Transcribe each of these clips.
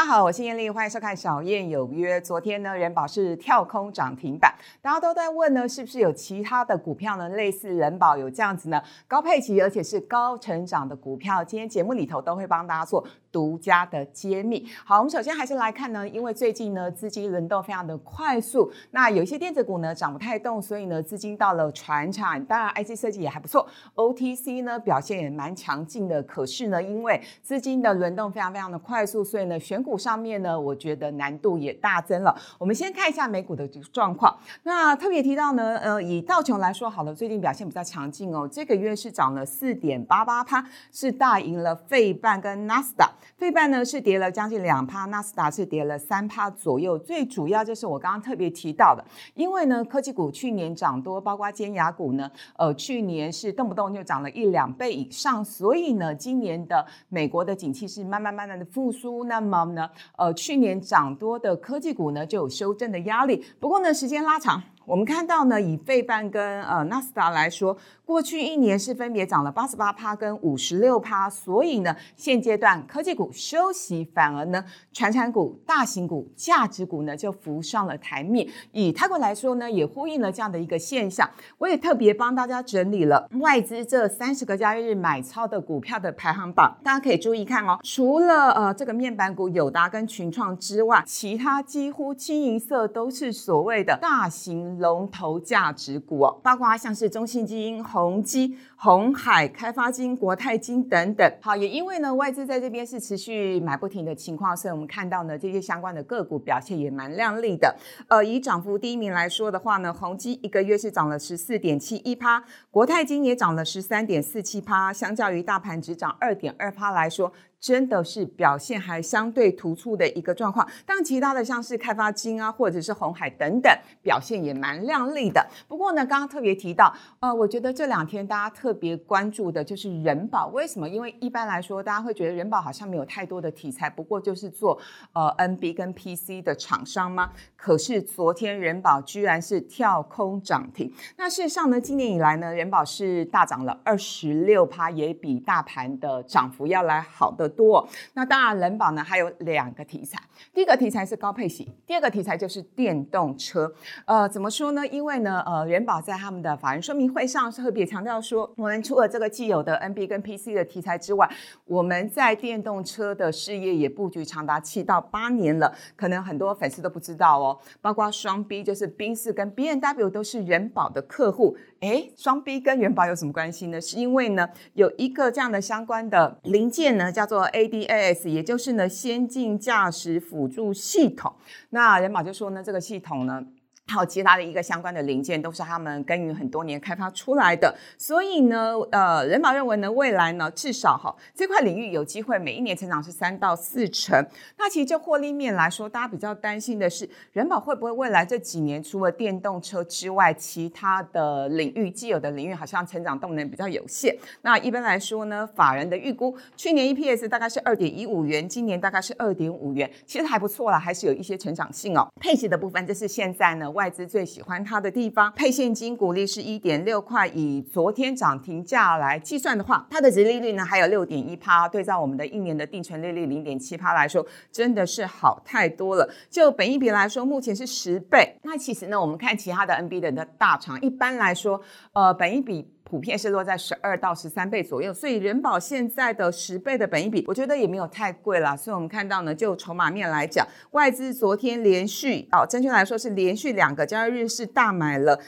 好，我是燕丽，欢迎收看小燕有约。昨天呢，人保是跳空涨停板，大家都在问呢，是不是有其他的股票呢，类似人保有这样子呢高配息而且是高成长的股票？今天节目里头都会帮大家做独家的揭秘。好，我们首先还是来看呢，因为最近呢资金轮动非常的快速，那有一些电子股呢涨不太动，所以呢资金到了传产，当然 IC 设计也还不错 ，OTC 呢表现也蛮强劲的。可是呢，因为资金的轮动非常的快速，所以呢选股上面呢，我觉得难度也大增了。我们先看一下美股的状况。那特别提到呢，以道琼来说好了，最近表现比较强劲哦，这个月是涨了 4.88%， 是大赢了费半跟纳斯达。费半呢是跌了将近 2%， 纳斯达是跌了 3% 左右。最主要就是我刚刚特别提到的，因为呢科技股去年涨多，包括尖牙股呢，去年是动不动就涨了1-2倍以上，所以呢今年的美国的景气是慢慢的复苏，那么呢去年涨多的科技股呢就有修正的压力。不过呢时间拉长，我们看到呢以费半跟纳斯达来说，过去一年是分别涨了 88% 跟 56%， 所以呢现阶段科技股休息，反而呢传产股、大型股、价值股呢就浮上了台面。以泰国来说呢，也呼应了这样的一个现象。我也特别帮大家整理了外资这30个交易日买超的股票的排行榜，大家可以注意看哦。除了这个面板股友达跟群创之外，其他几乎清一色都是所谓的大型龙头价值股哦，包括像是中信金、宏基、鸿海、开发金、国泰金等等。好，也因为呢外资在这边是持续买不停的情况，所以我们看到呢这些相关的个股表现也蛮亮丽的。以涨幅第一名来说的话呢，宏基一个月是涨了 14.71%， 国泰金也涨了 13.47%， 相较于大盘只涨 2.2% 来说，真的是表现还相对突出的一个状况。当然其他的像是开发金啊，或者是鸿海等等，表现也蛮亮丽的。不过呢刚刚特别提到我觉得这两天大家特别关注的就是人保。为什么？因为一般来说大家会觉得人保好像没有太多的题材，不过就是做NB 跟 PC 的厂商吗？可是昨天人保居然是跳空涨停。那事实上呢，今年以来呢，人保是大涨了 26%， 也比大盘的涨幅要来好得多。那当然人保呢还有2个题材，第一个题材是高配息，第二个题材就是电动车。怎么说呢？因为呢人保在他们的法人说明会上特别强调说，我们除了这个既有的 NB 跟 PC 的题材之外，我们在电动车的事业也布局长达7到8年了。可能很多粉丝都不知道哦，包括双 B 就是宾士跟 BMW 都是人保的客户。双 B 跟人保有什么关系呢？是因为呢有一个这样的相关的零件呢叫做 ADAS， 也就是呢先进驾驶辅助系统。那人保就说呢这个系统呢还有其他的一个相关的零件都是他们耕耘很多年开发出来的，所以呢人保认为呢未来呢至少这块领域有机会每一年成长是3到4成。那其实就获利面来说，大家比较担心的是人保会不会未来这几年除了电动车之外，其他的领域既有的领域好像成长动能比较有限。那一般来说呢，法人的预估去年 EPS 大概是 2.15 元，今年大概是 2.5 元，其实还不错啦，还是有一些成长性哦。配息的部分，这是现在呢外资最喜欢它的地方，配现金股利是 1.6 块，以昨天涨停价来计算的话，它的殖利率呢还有 6.1%， 对照我们的1年的定存利率 0.7% 来说，真的是好太多了。就本益比来说，目前是10倍。那其实呢我们看其他的 NB 的大厂，一般来说本益比普遍是落在12到13倍左右，所以人保现在的10倍的本益比，我觉得也没有太贵啦。所以我们看到呢，就筹码面来讲，外资昨天连续正确来说是连续2个交易日是大买了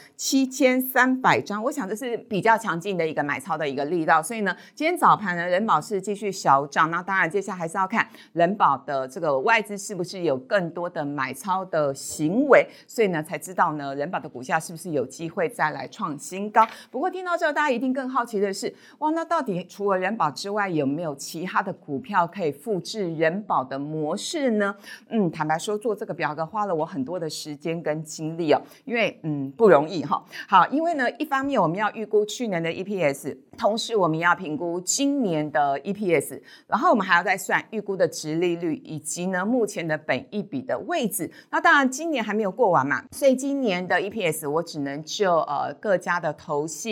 7300张，我想这是比较强劲的一个买超的一个力道。所以呢，今天早盘呢，人保是继续小涨。那当然，接下来还是要看人保的这个外资是不是有更多的买超的行为，所以呢，才知道呢，人保的股价是不是有机会再来创新高。不过听到这，大家一定更好奇的是，哇，那到底除了人保之外，有没有其他的股票可以复制人保的模式呢？坦白说，做这个表格花了我很多的时间跟精力哦，因为不容易哈。好，因为呢，一方面我们要预估去年的 EPS， 同时我们要评估今年的 EPS， 然后我们还要再算预估的殖利率，以及呢目前的本益比的位置。那当然今年还没有过完嘛，所以今年的 EPS 我只能就各家的投信、投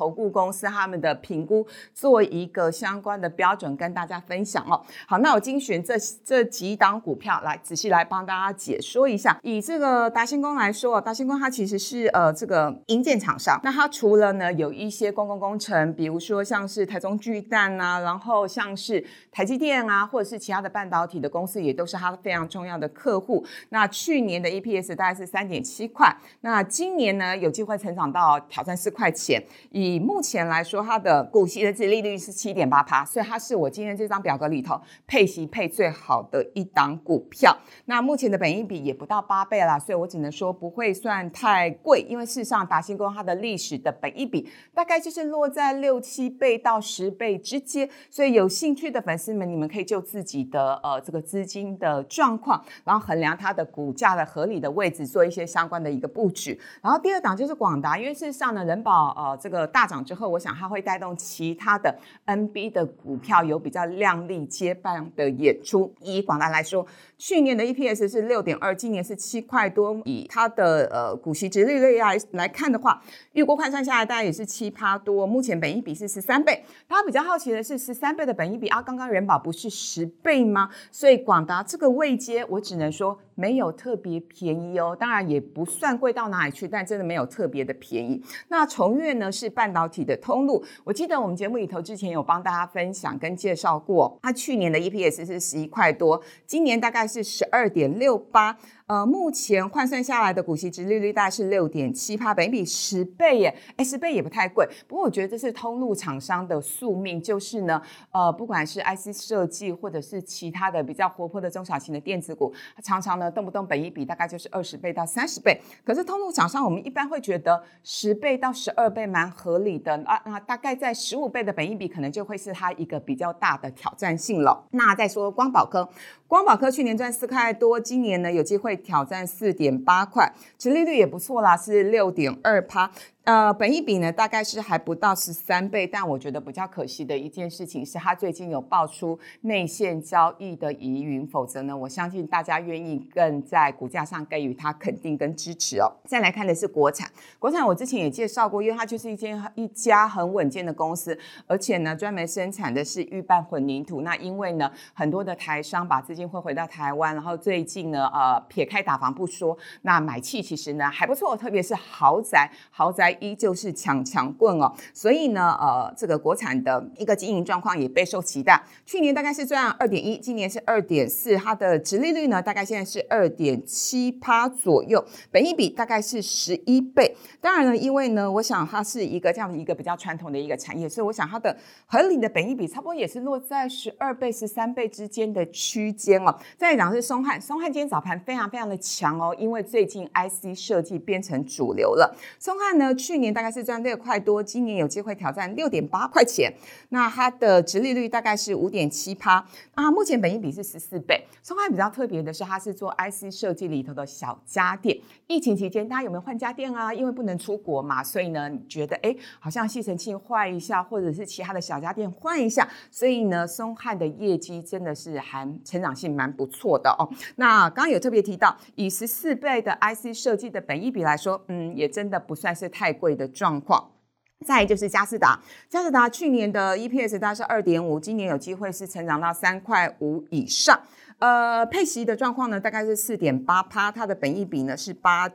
投顾公司他们的评估做一个相关的标准跟大家分享哦。好，那我精选这几档股票来仔细来帮大家解说一下。以这个达新工来说，达新工它其实是这个营建厂商，那它除了呢有一些公共工程，比如说像是台中巨蛋啊，然后像是台积电啊，或者是其他的半导体的公司，也都是它非常重要的客户。那去年的 EPS 大概是3.7块，那今年呢有机会成长到挑战4块钱。以目前来说，它的股息的殖利率是7.8%，所以它是我今天这张表格里头配息配最好的一档股票。那目前的本益比也不到8倍啦，所以我只能说不会算太贵，因为事实上达新工它的历史的本益比大概就是落在6、7倍到10倍之间，所以有兴趣的粉丝们，你们可以就自己的这个资金的状况，然后衡量它的股价的合理的位置，做一些相关的一个布局。然后第二档就是广达，因为事实上呢，人保这个大涨之后，我想它会带动其他的 NB 的股票有比较亮丽接棒的演出。以广达来说，去年的 EPS 是6.2，今年是7块多，以它的股息殖利率来看的话，预估换算下来大概也是7%多，目前本益比是13倍。大家比较好奇的是13倍的本益比刚刚人保不是10倍吗？所以广达这个位阶，我只能说没有特别便宜哦，当然也不算贵到哪里去，但真的没有特别的便宜。那崇越呢是半导体的通路，我记得我们节目里头之前有帮大家分享跟介绍过，它去年的 EPS 是11块多，今年大概是12.68。目前换算下来的股息殖利率大概是6.7%，本益比10倍耶，10倍也不太贵。不过我觉得这是通路厂商的宿命，就是呢，不管是 IC 设计或者是其他的比较活泼的中小型的电子股，它常常呢动不动本益比大概就是20倍到30倍。可是通路厂商我们一般会觉得10倍到12倍蛮合理的那大概在15倍的本益比可能就会是它一个比较大的挑战性了。那再说光宝科，光宝科去年赚4块多，今年呢有机会挑战4.8块，殖利率也不错啦，是6.2%。本益比呢大概是还不到13倍，但我觉得比较可惜的一件事情是它最近有爆出内线交易的疑云，否则呢我相信大家愿意更在股价上给予它肯定跟支持哦。再来看的是国产，国产我之前也介绍过，因为它就是一家很稳健的公司，而且呢专门生产的是预拌混凝土。那因为呢很多的台商把资金会回到台湾，然后最近呢撇开打房不说，那买气其实呢还不错，特别是豪宅依旧是强棍哦，所以呢这个国产的一个经营状况也备受期待。去年大概是赚2.1，今年是2.4，它的殖利率呢大概现在是2.7%左右，本益比大概是11倍。当然呢，因为呢我想它是一个这样的一个比较传统的一个产业，所以我想它的合理的本益比差不多也是落在12倍13倍之间的区间哦。再来讲是松汉今天早盘非常非常的强哦，因为最近 IC 设计变成主流了。松汉呢去年大概是赚6块多，今年有机会挑战6.8块钱，那它的殖利率大概是5.7%，目前本益比是14倍。松汉比较特别的是它是做 IC 设计里头的小家电，疫情期间大家有没有换家电啊？因为不能出国嘛，所以呢你觉得好像吸尘器换一下，或者是其他的小家电换一下，所以呢松汉的业绩真的是还成长性蛮不错的哦。那刚刚有特别提到，以14倍的 IC 设计的本益比来说，也真的不算是太贵的状况。再来就是佳世达去年的 EPS 大概是2.5，今年有机会是成长到3块5以上。配息的状况呢大概是 4.8%， 它的本益比呢是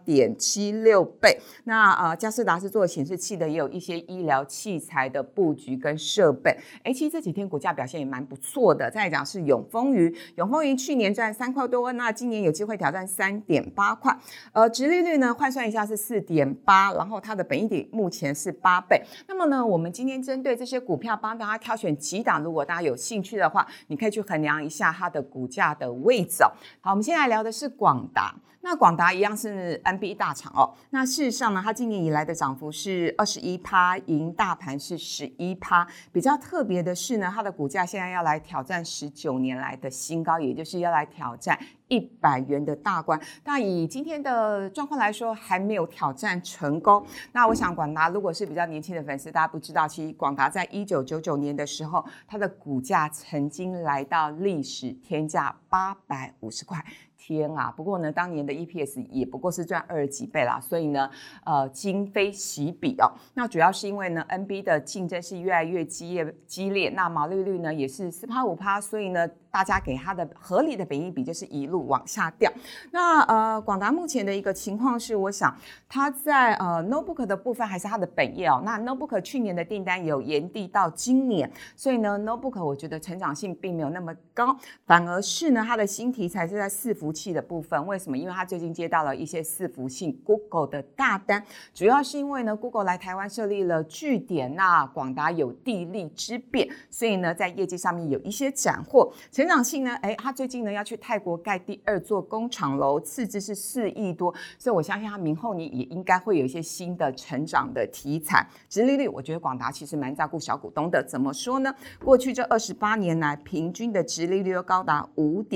8.76 倍。那佳世达是做显示器的，也有一些医疗器材的布局跟设备。其实这几天股价表现也蛮不错的。再来讲是永丰余去年赚3块多，那今年有机会挑战 3.8 块。殖利率呢换算一下是 4.8， 然后它的本益比目前是8倍。那么呢我们今天针对这些股票帮大家挑选几档，如果大家有兴趣的话，你可以去衡量一下它的股价的位置哦。好，我们现在聊的是广达。那广达一样是 NB 大厂哦。那事实上呢，它今年以来的涨幅是21%，赢大盘是11%。比较特别的是呢，它的股价现在要来挑战19年来的新高，也就是要来挑战100元的大关。那以今天的状况来说，还没有挑战成功。那我想广达如果是比较年轻的粉丝，大家不知道，其实广达在1999年的时候，它的股价曾经来到历史天价850块。 天啊！不过呢，当年的 EPS 也不过是赚20几倍啦，所以呢，今非昔比哦。那主要是因为呢 ，NB 的竞争是越来越激烈，那毛利率呢也是4%、5%，所以呢，大家给它的合理的本益比就是一路往下掉。那广达目前的一个情况是，我想它在notebook 的部分还是它的本业哦。那 notebook 去年的订单有延递到今年，所以呢 notebook 我觉得成长性并没有那么高，反而是呢它的新题材是在伺服器的部分。为什么？因为它最近接到了一些伺服器 Google 的大单，主要是因为呢 Google 来台湾设立了据点，那广达有地利之便，所以呢在业绩上面有一些斩获。成长性呢，它最近呢要去泰国盖第2座工厂楼，斥资是4亿多，所以我相信它明后年也应该会有一些新的成长的题材。殖利率，我觉得广达其实蛮照顾小股东的。怎么说呢？过去这28年来，平均的殖利率都高达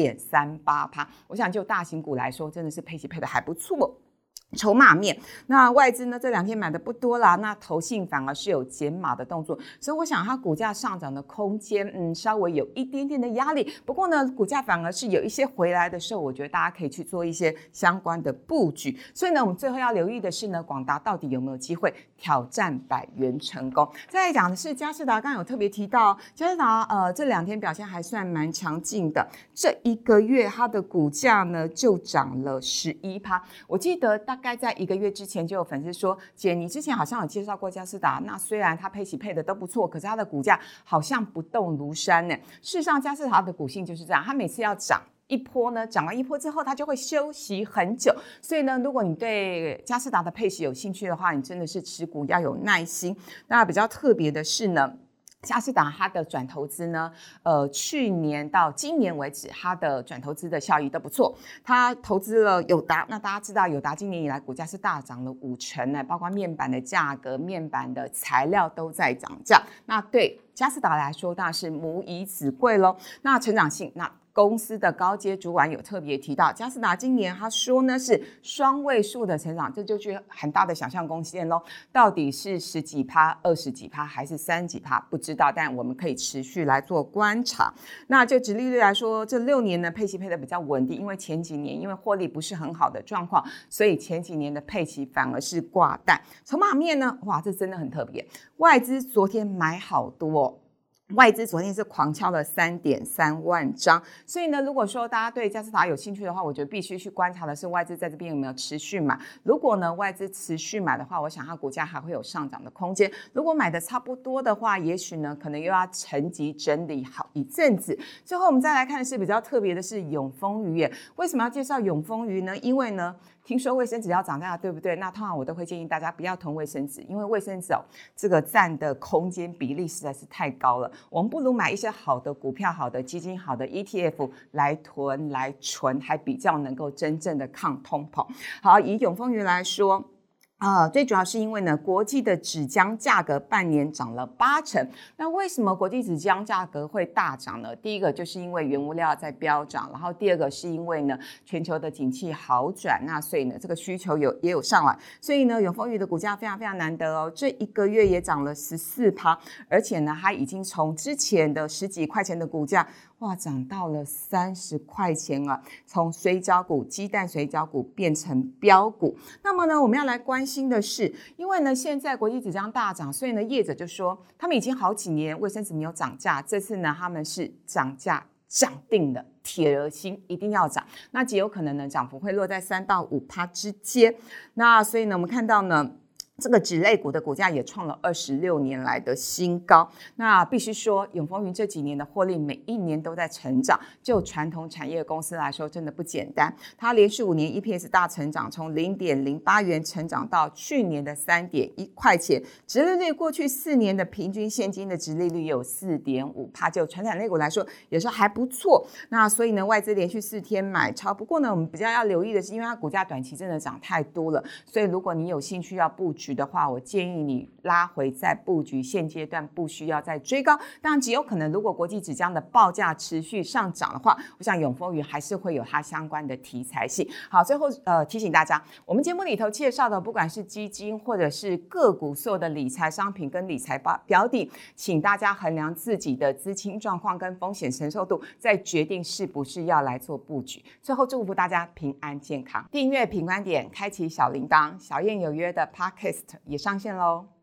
5.38%。我想就大型股来说，真的是配息配的还不错。筹码面，那外资呢这2天买的不多啦，那投信反而是有减码的动作，所以我想它股价上涨的空间稍微有一点点的压力，不过呢股价反而是有一些回来的时候，我觉得大家可以去做一些相关的布局。所以呢我们最后要留意的是呢，广达到底有没有机会挑战100元成功。再来讲的是佳世达，刚刚有特别提到佳世达这2天表现还算蛮强劲的，这1个月它的股价呢就涨了11%。我记得大概在1个月之前就有粉丝说，姐你之前好像有介绍过佳世达，那虽然它配息配的都不错，可是它的股价好像不动如山呢。事实上佳世达的股性就是这样，它每次要涨一波呢，涨完一波之后它就会休息很久，所以呢如果你对佳世达的配息有兴趣的话，你真的是持股要有耐心。那比较特别的是呢，佳世达它的转投资呢，去年到今年为止，它的转投资的效益都不错。它投资了友达，那大家知道友达今年以来股价是大涨了50%呢，包括面板的价格、面板的材料都在涨价。那对佳世达来说，当然是母以子贵咯。那成长性，那公司的高阶主管有特别提到，佳世达今年他说呢是双位数的成长，这就是很大的想象空间咯。到底是10几%、20几%还是30几%，不知道，但我们可以持续来做观察。那就殖利率来说，这6年呢配息配的比较稳定，因为前几年因为获利不是很好的状况，所以前几年的配息反而是挂蛋。筹码面呢，哇，这真的很特别，外资昨天买好多哦。外资昨天是狂敲了3.3万张，所以呢，如果说大家对佳世达有兴趣的话，我觉得必须去观察的是外资在这边有没有持续买。如果呢外资持续买的话，我想它股价还会有上涨的空间。如果买的差不多的话，也许呢可能又要沉寂整理好一阵子。最后我们再来看的是比较特别的是永丰余耶。为什么要介绍永丰余呢？因为呢听说卫生纸要涨价，对不对？那通常我都会建议大家不要囤卫生纸，因为卫生纸这个占的空间比例实在是太高了。我们不如买一些好的股票、好的基金、好的 ETF 来囤来存，还比较能够真正的抗通膨。好，以永丰余来说。最主要是因为呢，国际的纸浆价格半年涨了80%。那为什么国际纸浆价格会大涨呢？第一个就是因为原物料在飙涨，然后第二个是因为呢全球的景气好转，那所以呢这个需求也有上来，所以呢永丰余的股价非常非常难得哦，这1个月也涨了14%，而且呢它已经从之前的10几块钱的股价。哇，涨到了30块钱啊！从水饺股、鸡蛋水饺股变成标股。那么呢，我们要来关心的是，因为呢现在国际纸浆大涨，所以呢业者就说他们已经好几年卫生纸没有涨价，这次呢他们是涨价涨定了，铁了心一定要涨。那极有可能呢涨幅会落在3到5%之间。那所以呢我们看到呢。这个纸类股的股价也创了26年来的新高。那必须说，永丰余这几年的获利每一年都在成长。就传统产业公司来说，真的不简单。它连续5年 EPS 大成长，从0.08元成长到去年的3.1块钱。殖利率过去4年的平均现金的殖利率有4.5%，就传产类股来说也是还不错。那所以呢，外资连续4天买超。不过呢，我们比较要留意的是，因为它股价短期真的涨太多了，所以如果你有兴趣要布局。 局的话，我建议你拉回再布局，现阶段不需要再追高。当然极有可能如果国际纸浆的报价持续上涨的话，我想永丰余还是会有它相关的题材性。好，最后提醒大家，我们节目里头介绍的不管是基金或者是个股，所有的理财商品跟理财标的，请大家衡量自己的资金状况跟风险承受度，再决定是不是要来做布局。最后祝福大家平安健康，订阅品观点，开启小铃铛，小燕有约的 Podcast 也上线喽。